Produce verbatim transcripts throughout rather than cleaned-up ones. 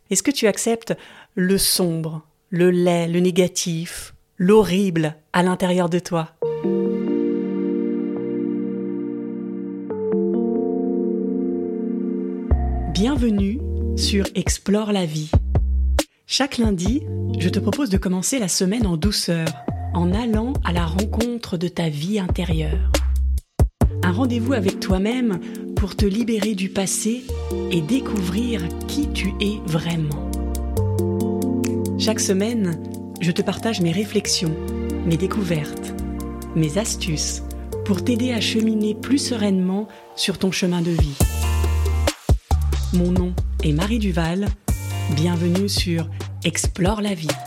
Est-ce que tu acceptes le sombre, le laid, le négatif, l'horrible à l'intérieur de toi ? Bienvenue sur Explore la vie. Chaque lundi, je te propose de commencer la semaine en douceur, en allant à la rencontre de ta vie intérieure. Un rendez-vous avec toi-même pour te libérer du passé et découvrir qui tu es vraiment. Chaque semaine, je te partage mes réflexions, mes découvertes, mes astuces pour t'aider à cheminer plus sereinement sur ton chemin de vie. Mon nom est Marie Duval, bienvenue sur Explore la vie.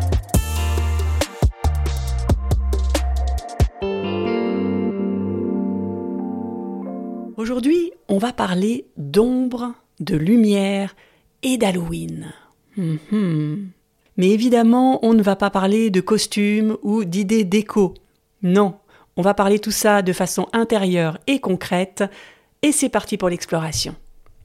Aujourd'hui, on va parler d'ombre, de lumière et d'Halloween. Hum hum. Mais évidemment, on ne va pas parler de costumes ou d'idées déco. Non, on va parler tout ça de façon intérieure et concrète, et c'est parti pour l'exploration.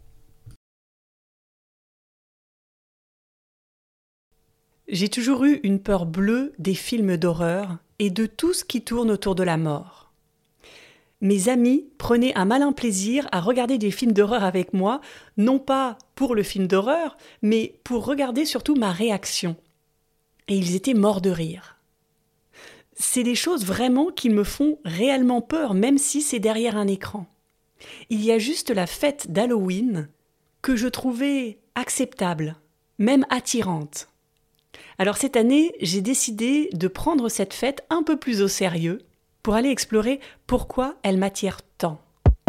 J'ai toujours eu une peur bleue des films d'horreur et de tout ce qui tourne autour de la mort. Mes amis prenaient un malin plaisir à regarder des films d'horreur avec moi, non pas pour le film d'horreur, mais pour regarder surtout ma réaction. Et ils étaient morts de rire. C'est des choses vraiment qui me font réellement peur, même si c'est derrière un écran. Il y a juste la fête d'Halloween que je trouvais acceptable, même attirante. Alors cette année, j'ai décidé de prendre cette fête un peu plus au sérieux pour aller explorer pourquoi elle m'attire tant.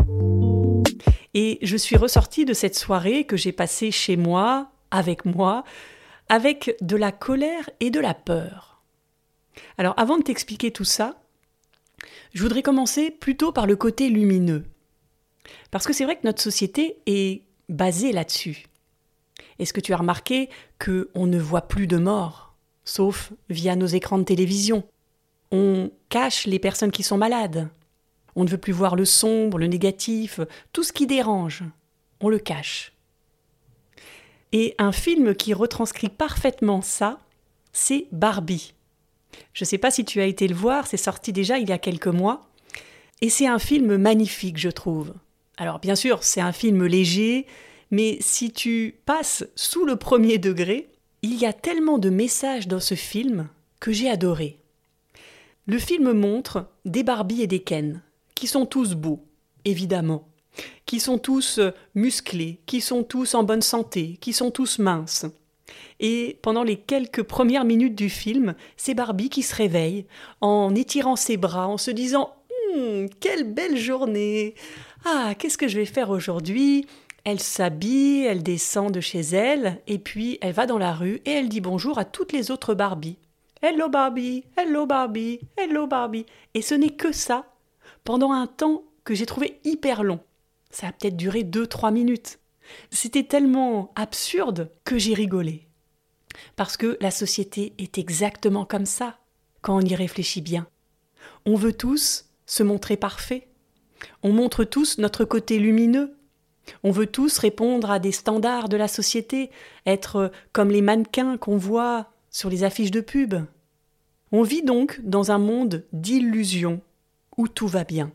Et je suis ressortie de cette soirée que j'ai passée chez moi, avec moi, avec de la colère et de la peur. Alors avant de t'expliquer tout ça, je voudrais commencer plutôt par le côté lumineux. Parce que c'est vrai que notre société est basée là-dessus. Est-ce que tu as remarqué qu'on ne voit plus de morts, sauf via nos écrans de télévision ? On cache les personnes qui sont malades. On ne veut plus voir le sombre, le négatif, tout ce qui dérange. On le cache. Et un film qui retranscrit parfaitement ça, c'est Barbie. Je ne sais pas si tu as été le voir, c'est sorti déjà il y a quelques mois. Et c'est un film magnifique, je trouve. Alors bien sûr, c'est un film léger, mais si tu passes sous le premier degré, il y a tellement de messages dans ce film que j'ai adoré. Le film montre des Barbie et des Ken, qui sont tous beaux, évidemment, qui sont tous musclés, qui sont tous en bonne santé, qui sont tous minces. Et pendant les quelques premières minutes du film, c'est Barbie qui se réveille en étirant ses bras, en se disant hum, « quelle belle journée ! Ah, qu'est-ce que je vais faire aujourd'hui ?» Elle s'habille, elle descend de chez elle, et puis elle va dans la rue et elle dit bonjour à toutes les autres Barbie. Hello Barbie, hello Barbie, hello Barbie. Et ce n'est que ça, pendant un temps que j'ai trouvé hyper long. Ça a peut-être duré deux trois minutes. C'était tellement absurde que j'ai rigolé. Parce que la société est exactement comme ça, quand on y réfléchit bien. On veut tous se montrer parfait. On montre tous notre côté lumineux. On veut tous répondre à des standards de la société, être comme les mannequins qu'on voit sur les affiches de pub. On vit donc dans un monde d'illusions où tout va bien.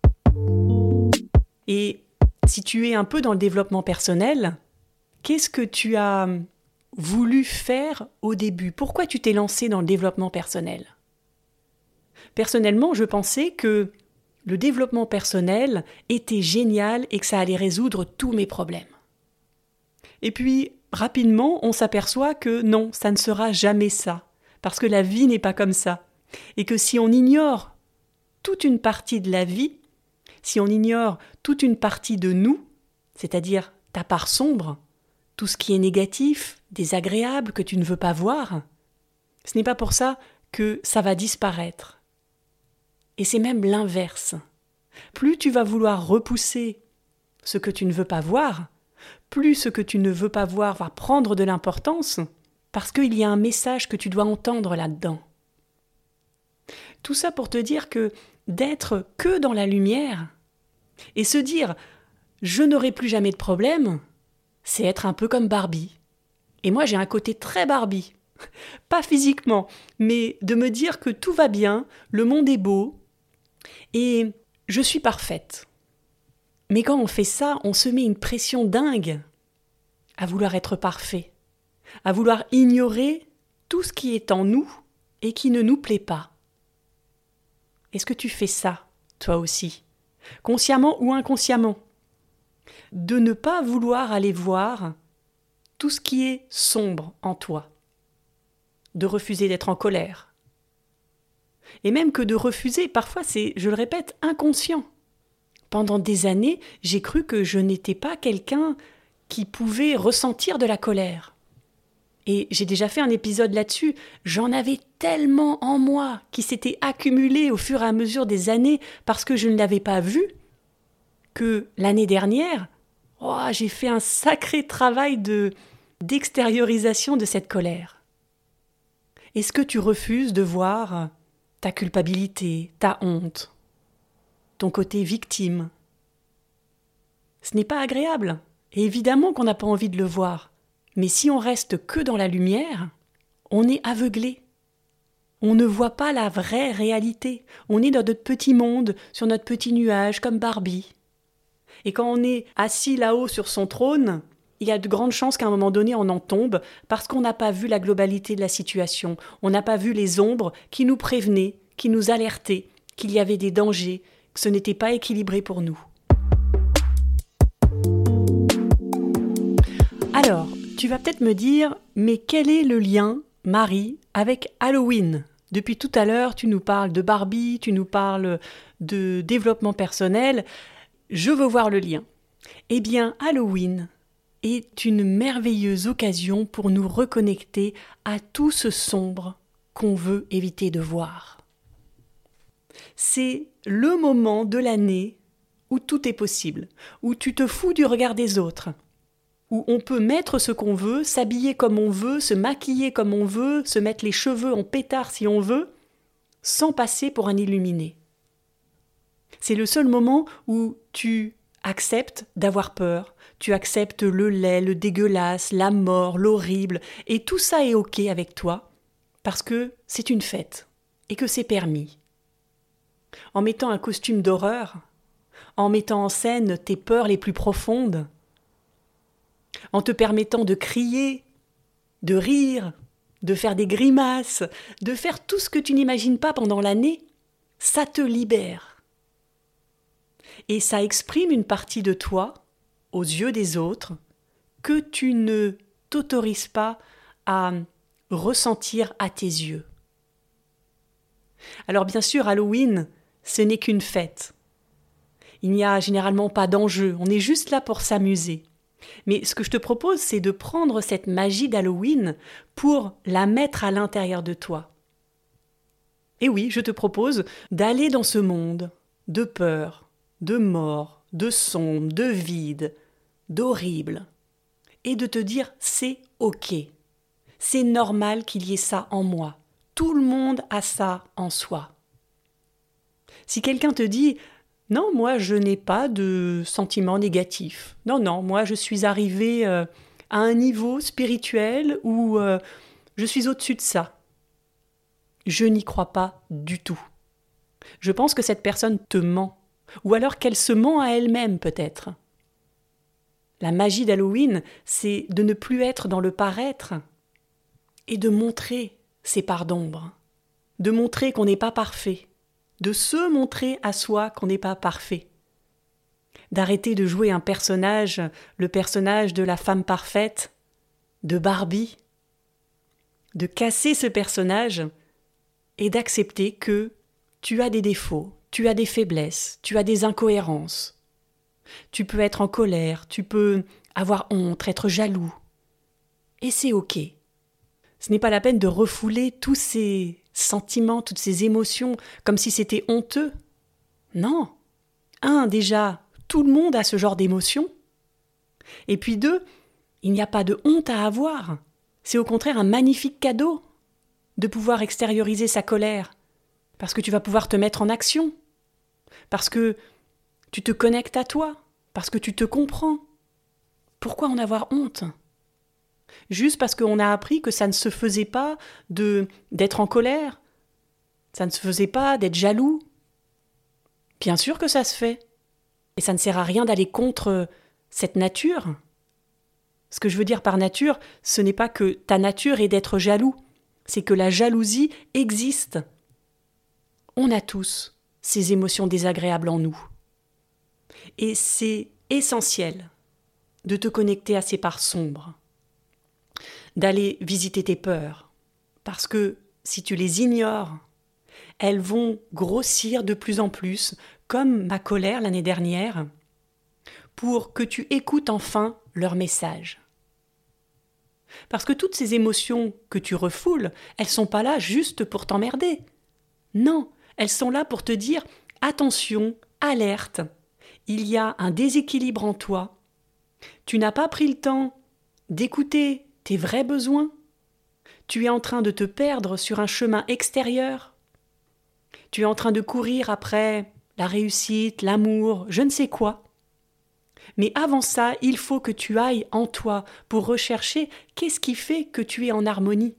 Et si tu es un peu dans le développement personnel, qu'est-ce que tu as voulu faire au début ? Pourquoi tu t'es lancé dans le développement personnel ? Personnellement, je pensais que le développement personnel était génial et que ça allait résoudre tous mes problèmes. Et puis, rapidement, on s'aperçoit que non, ça ne sera jamais ça, parce que la vie n'est pas comme ça. Et que si on ignore toute une partie de la vie, si on ignore toute une partie de nous, c'est-à-dire ta part sombre, tout ce qui est négatif, désagréable, que tu ne veux pas voir, ce n'est pas pour ça que ça va disparaître. Et c'est même l'inverse. Plus tu vas vouloir repousser ce que tu ne veux pas voir, plus ce que tu ne veux pas voir va prendre de l'importance, parce qu'il y a un message que tu dois entendre là-dedans. Tout ça pour te dire que d'être que dans la lumière et se dire « je n'aurai plus jamais de problème », c'est être un peu comme Barbie. Et moi, j'ai un côté très Barbie. Pas physiquement, mais de me dire que tout va bien, le monde est beau, et je suis parfaite. Mais quand on fait ça, on se met une pression dingue à vouloir être parfait, à vouloir ignorer tout ce qui est en nous et qui ne nous plaît pas. Est-ce que tu fais ça, toi aussi, consciemment ou inconsciemment? De ne pas vouloir aller voir tout ce qui est sombre en toi, de refuser d'être en colère. Et même que de refuser, parfois c'est, je le répète, inconscient. Pendant des années, j'ai cru que je n'étais pas quelqu'un qui pouvait ressentir de la colère. Et j'ai déjà fait un épisode là-dessus, j'en avais tellement en moi qui s'était accumulé au fur et à mesure des années parce que je ne l'avais pas vu, que l'année dernière, oh, j'ai fait un sacré travail de, d'extériorisation de cette colère. Est-ce que tu refuses de voir ta culpabilité, ta honte, ton côté victime? Ce n'est pas agréable, et évidemment qu'on n'a pas envie de le voir. Mais si on reste que dans la lumière, on est aveuglé. On ne voit pas la vraie réalité. On est dans notre petit monde, sur notre petit nuage, comme Barbie. Et quand on est assis là-haut sur son trône, il y a de grandes chances qu'à un moment donné, on en tombe parce qu'on n'a pas vu la globalité de la situation. On n'a pas vu les ombres qui nous prévenaient, qui nous alertaient, qu'il y avait des dangers, que ce n'était pas équilibré pour nous. Alors, tu vas peut-être me dire, mais quel est le lien, Marie, avec Halloween? Depuis tout à l'heure, tu nous parles de Barbie, tu nous parles de développement personnel. Je veux voir le lien. Eh bien, Halloween est une merveilleuse occasion pour nous reconnecter à tout ce sombre qu'on veut éviter de voir. C'est le moment de l'année où tout est possible, où tu te fous du regard des autres, où on peut mettre ce qu'on veut, s'habiller comme on veut, se maquiller comme on veut, se mettre les cheveux en pétard si on veut, sans passer pour un illuminé. C'est le seul moment où tu acceptes d'avoir peur, tu acceptes le laid, le dégueulasse, la mort, l'horrible, et tout ça est ok avec toi, parce que c'est une fête, et que c'est permis. En mettant un costume d'horreur, en mettant en scène tes peurs les plus profondes, en te permettant de crier, de rire, de faire des grimaces, de faire tout ce que tu n'imagines pas pendant l'année, ça te libère. Et ça exprime une partie de toi, aux yeux des autres, que tu ne t'autorises pas à ressentir à tes yeux. Alors bien sûr, Halloween, ce n'est qu'une fête. Il n'y a généralement pas d'enjeu, on est juste là pour s'amuser. Mais ce que je te propose, c'est de prendre cette magie d'Halloween pour la mettre à l'intérieur de toi. Et oui, je te propose d'aller dans ce monde de peur, de mort, de sombre, de vide, d'horrible, et de te dire c'est ok, c'est normal qu'il y ait ça en moi, tout le monde a ça en soi. Si quelqu'un te dit non, moi je n'ai pas de sentiments négatifs, non, non, moi je suis arrivé euh, à un niveau spirituel où euh, je suis au-dessus de ça, je n'y crois pas du tout. Je pense que cette personne te ment, ou alors qu'elle se ment à elle-même peut-être. La magie d'Halloween, c'est de ne plus être dans le paraître et de montrer ses parts d'ombre, de montrer qu'on n'est pas parfait, de se montrer à soi qu'on n'est pas parfait, d'arrêter de jouer un personnage, le personnage de la femme parfaite, de Barbie, de casser ce personnage et d'accepter que tu as des défauts, tu as des faiblesses, tu as des incohérences. Tu peux être en colère, tu peux avoir honte, être jaloux. Et c'est ok. Ce n'est pas la peine de refouler tous ces sentiments, toutes ces émotions, comme si c'était honteux. Non. Un, déjà, tout le monde a ce genre d'émotions. Et puis deux, il n'y a pas de honte à avoir. C'est au contraire un magnifique cadeau de pouvoir extérioriser sa colère, parce que tu vas pouvoir te mettre en action, parce que tu te connectes à toi, parce que tu te comprends. Pourquoi en avoir honte ? Juste parce qu'on a appris que ça ne se faisait pas de d'être en colère, ça ne se faisait pas d'être jaloux. Bien sûr que ça se fait. Et ça ne sert à rien d'aller contre cette nature. Ce que je veux dire par nature, ce n'est pas que ta nature est d'être jaloux, c'est que la jalousie existe. On a tous ces émotions désagréables en nous. Et c'est essentiel de te connecter à ces parts sombres, d'aller visiter tes peurs, parce que si tu les ignores, elles vont grossir de plus en plus, comme ma colère l'année dernière, pour que tu écoutes enfin leur message. Parce que toutes ces émotions que tu refoules, elles sont pas là juste pour t'emmerder. Non, elles sont là pour te dire « Attention, alerte, il y a un déséquilibre en toi. Tu n'as pas pris le temps d'écouter tes vrais besoins. Tu es en train de te perdre sur un chemin extérieur. Tu es en train de courir après la réussite, l'amour, je ne sais quoi. Mais avant ça, il faut que tu ailles en toi pour rechercher qu'est-ce qui fait que tu es en harmonie.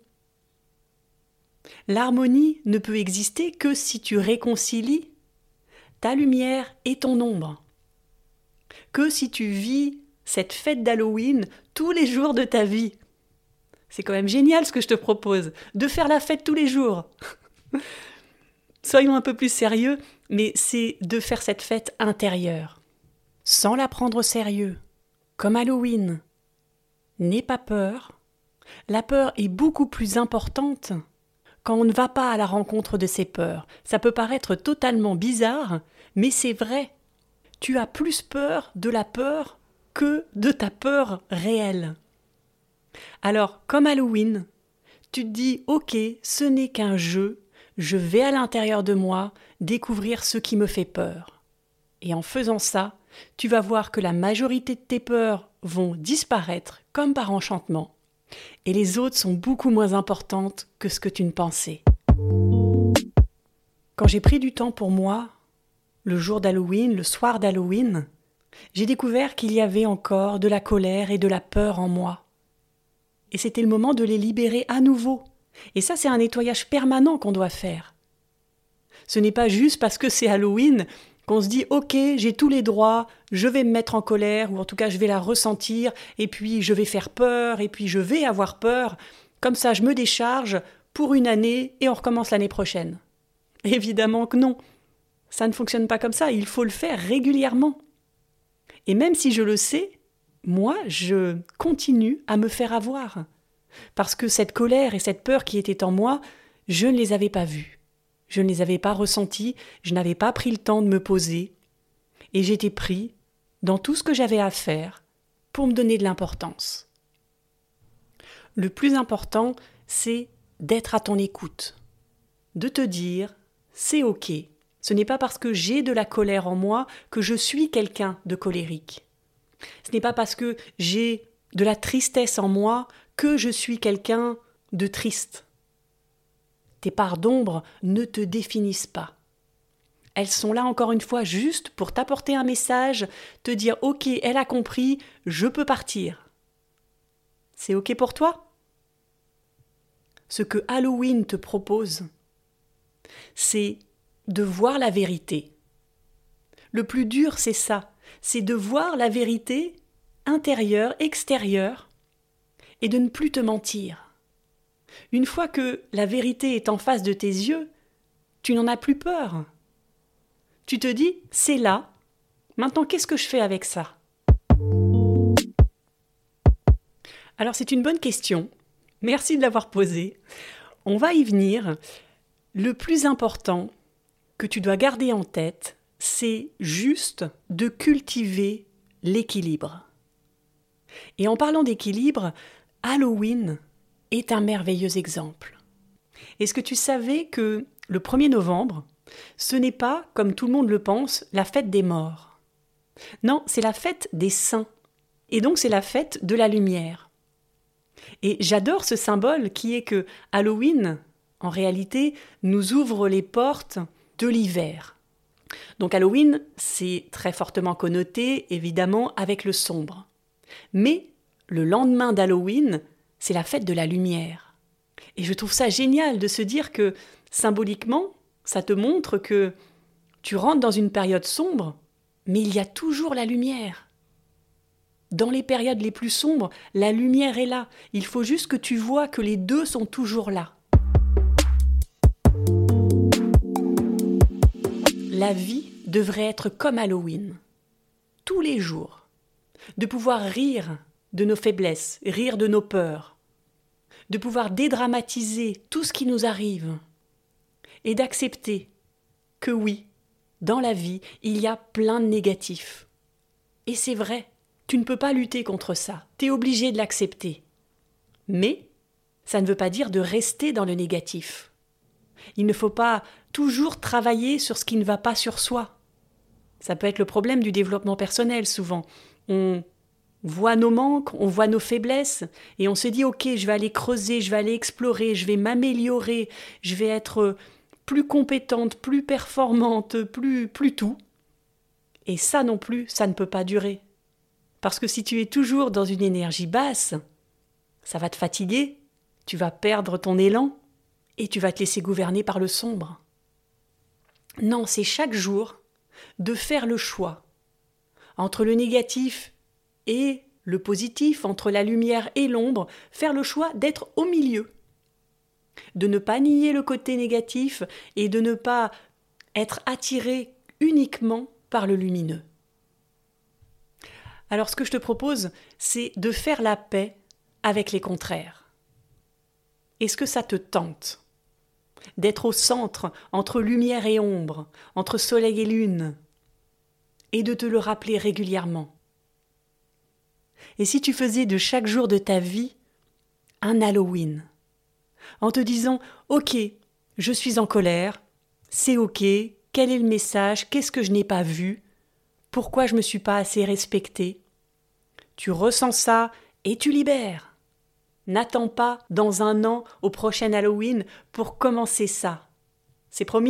L'harmonie ne peut exister que si tu réconcilies ta lumière et ton ombre. Que si tu vis cette fête d'Halloween tous les jours de ta vie. C'est quand même génial ce que je te propose, de faire la fête tous les jours. Soyons un peu plus sérieux, mais c'est de faire cette fête intérieure, sans la prendre au sérieux, comme Halloween. N'aie pas peur. La peur est beaucoup plus importante quand on ne va pas à la rencontre de ses peurs. Ça peut paraître totalement bizarre, mais c'est vrai. Tu as plus peur de la peur que de ta peur réelle. Alors, comme Halloween, tu te dis « Ok, ce n'est qu'un jeu, je vais à l'intérieur de moi découvrir ce qui me fait peur. » Et en faisant ça, tu vas voir que la majorité de tes peurs vont disparaître comme par enchantement, et les autres sont beaucoup moins importantes que ce que tu ne pensais. Quand j'ai pris du temps pour moi, le jour d'Halloween, le soir d'Halloween, j'ai découvert qu'il y avait encore de la colère et de la peur en moi. Et c'était le moment de les libérer à nouveau. Et ça, c'est un nettoyage permanent qu'on doit faire. Ce n'est pas juste parce que c'est Halloween qu'on se dit « Ok, j'ai tous les droits, je vais me mettre en colère, ou en tout cas je vais la ressentir, et puis je vais faire peur, et puis je vais avoir peur. Comme ça, je me décharge pour une année et on recommence l'année prochaine. » Évidemment que non. Ça ne fonctionne pas comme ça, il faut le faire régulièrement. Et même si je le sais, moi, je continue à me faire avoir. Parce que cette colère et cette peur qui étaient en moi, je ne les avais pas vues. Je ne les avais pas ressenties, je n'avais pas pris le temps de me poser. Et j'étais pris dans tout ce que j'avais à faire pour me donner de l'importance. Le plus important, c'est d'être à ton écoute. De te dire, c'est ok. Ce n'est pas parce que j'ai de la colère en moi que je suis quelqu'un de colérique. Ce n'est pas parce que j'ai de la tristesse en moi que je suis quelqu'un de triste. Tes parts d'ombre ne te définissent pas. Elles sont là encore une fois juste pour t'apporter un message, te dire « Ok, elle a compris, je peux partir ». C'est ok pour toi ? Ce que Halloween te propose, c'est de voir la vérité. Le plus dur, c'est ça, c'est de voir la vérité intérieure, extérieure, et de ne plus te mentir. Une fois que la vérité est en face de tes yeux, tu n'en as plus peur. Tu te dis, c'est là, maintenant qu'est-ce que je fais avec ça ? Alors c'est une bonne question, merci de l'avoir posée. On va y venir. Le plus important que tu dois garder en tête, c'est juste de cultiver l'équilibre. Et en parlant d'équilibre, Halloween est un merveilleux exemple. Est-ce que tu savais que le premier novembre, ce n'est pas, comme tout le monde le pense, la fête des morts. Non, c'est la fête des saints. Et donc c'est la fête de la lumière. Et j'adore ce symbole qui est que Halloween, en réalité, nous ouvre les portes de l'hiver. Donc Halloween, c'est très fortement connoté, évidemment, avec le sombre. Mais le lendemain d'Halloween, c'est la fête de la lumière. Et je trouve ça génial de se dire que, symboliquement, ça te montre que tu rentres dans une période sombre, mais il y a toujours la lumière. Dans les périodes les plus sombres, la lumière est là. Il faut juste que tu vois que les deux sont toujours là. La vie devrait être comme Halloween, tous les jours. De pouvoir rire de nos faiblesses, rire de nos peurs, de pouvoir dédramatiser tout ce qui nous arrive et d'accepter que oui, dans la vie, il y a plein de négatifs. Et c'est vrai. Tu ne peux pas lutter contre ça, tu es obligé de l'accepter. Mais ça ne veut pas dire de rester dans le négatif. Il ne faut pas toujours travailler sur ce qui ne va pas sur soi. Ça peut être le problème du développement personnel souvent. On voit nos manques, on voit nos faiblesses et on se dit « Ok, je vais aller creuser, je vais aller explorer, je vais m'améliorer, je vais être plus compétente, plus performante, plus, plus tout. » Et ça non plus, ça ne peut pas durer. Parce que si tu es toujours dans une énergie basse, ça va te fatiguer, tu vas perdre ton élan et tu vas te laisser gouverner par le sombre. Non, c'est chaque jour de faire le choix entre le négatif et le positif, entre la lumière et l'ombre, faire le choix d'être au milieu, de ne pas nier le côté négatif et de ne pas être attiré uniquement par le lumineux. Alors ce que je te propose, c'est de faire la paix avec les contraires. Est-ce que ça te tente d'être au centre entre lumière et ombre, entre soleil et lune, et de te le rappeler régulièrement? Et si tu faisais de chaque jour de ta vie un Halloween, en te disant « Ok, je suis en colère, c'est ok, quel est le message, qu'est-ce que je n'ai pas vu ? Pourquoi je ne me suis pas assez respectée ?» Tu ressens ça et tu libères. N'attends pas dans un an au prochain Halloween pour commencer ça. C'est promis ?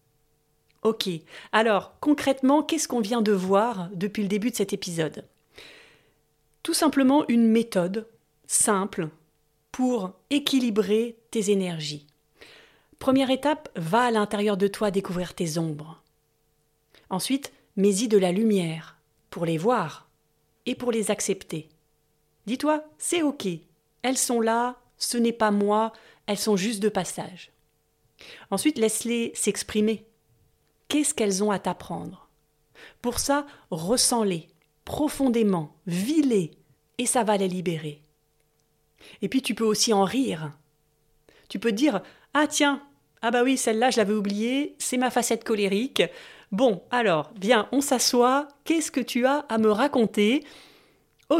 Ok. Alors, concrètement, qu'est-ce qu'on vient de voir depuis le début de cet épisode ? Tout simplement une méthode simple pour équilibrer tes énergies. Première étape, va à l'intérieur de toi découvrir tes ombres. Ensuite, mets-y de la lumière pour les voir et pour les accepter. Dis-toi, c'est ok, elles sont là, ce n'est pas moi, elles sont juste de passage. Ensuite, laisse-les s'exprimer. Qu'est-ce qu'elles ont à t'apprendre ? Pour ça, ressens-les profondément, vis-les, et ça va les libérer. Et puis tu peux aussi en rire. Tu peux dire « Ah tiens, ah bah oui, celle-là je l'avais oubliée, c'est ma facette colérique. Bon, alors, viens, on s'assoit, qu'est-ce que tu as à me raconter ? Ok. »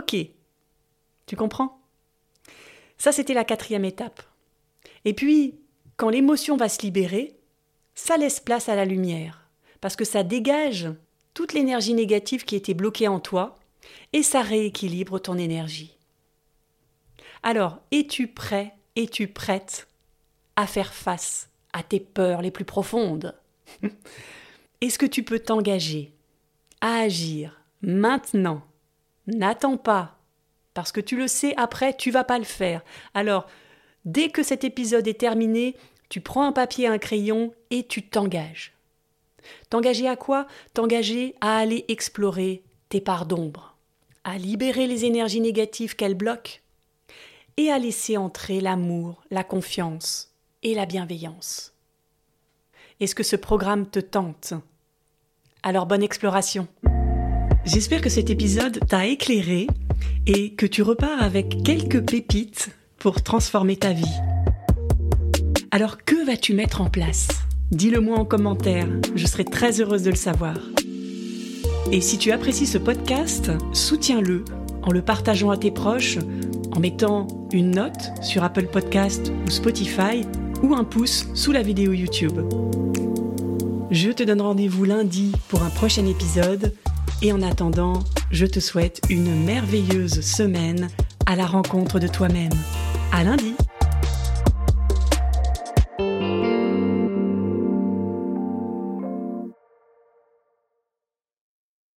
Tu comprends ? Ça, c'était la quatrième étape. Et puis, quand l'émotion va se libérer, ça laisse place à la lumière, parce que ça dégage toute l'énergie négative qui était bloquée en toi, et ça rééquilibre ton énergie. Alors, es-tu prêt, es-tu prête à faire face à tes peurs les plus profondes ? Est-ce que tu peux t'engager à agir maintenant ? N'attends pas, parce que tu le sais, après, tu vas pas le faire. Alors, dès que cet épisode est terminé, tu prends un papier et un crayon et tu t'engages. T'engager à quoi ? T'engager à aller explorer tes parts d'ombre, à libérer les énergies négatives qu'elles bloquent et à laisser entrer l'amour, la confiance et la bienveillance. Est-ce que ce programme te tente ? Alors bonne exploration. J'espère que cet épisode t'a éclairé et que tu repars avec quelques pépites pour transformer ta vie. Alors que vas-tu mettre en place ? Dis-le-moi en commentaire, je serai très heureuse de le savoir. Et si tu apprécies ce podcast, soutiens-le en le partageant à tes proches, en mettant une note sur Apple Podcast ou Spotify ou un pouce sous la vidéo YouTube. Je te donne rendez-vous lundi pour un prochain épisode et en attendant, je te souhaite une merveilleuse semaine à la rencontre de toi-même. À lundi!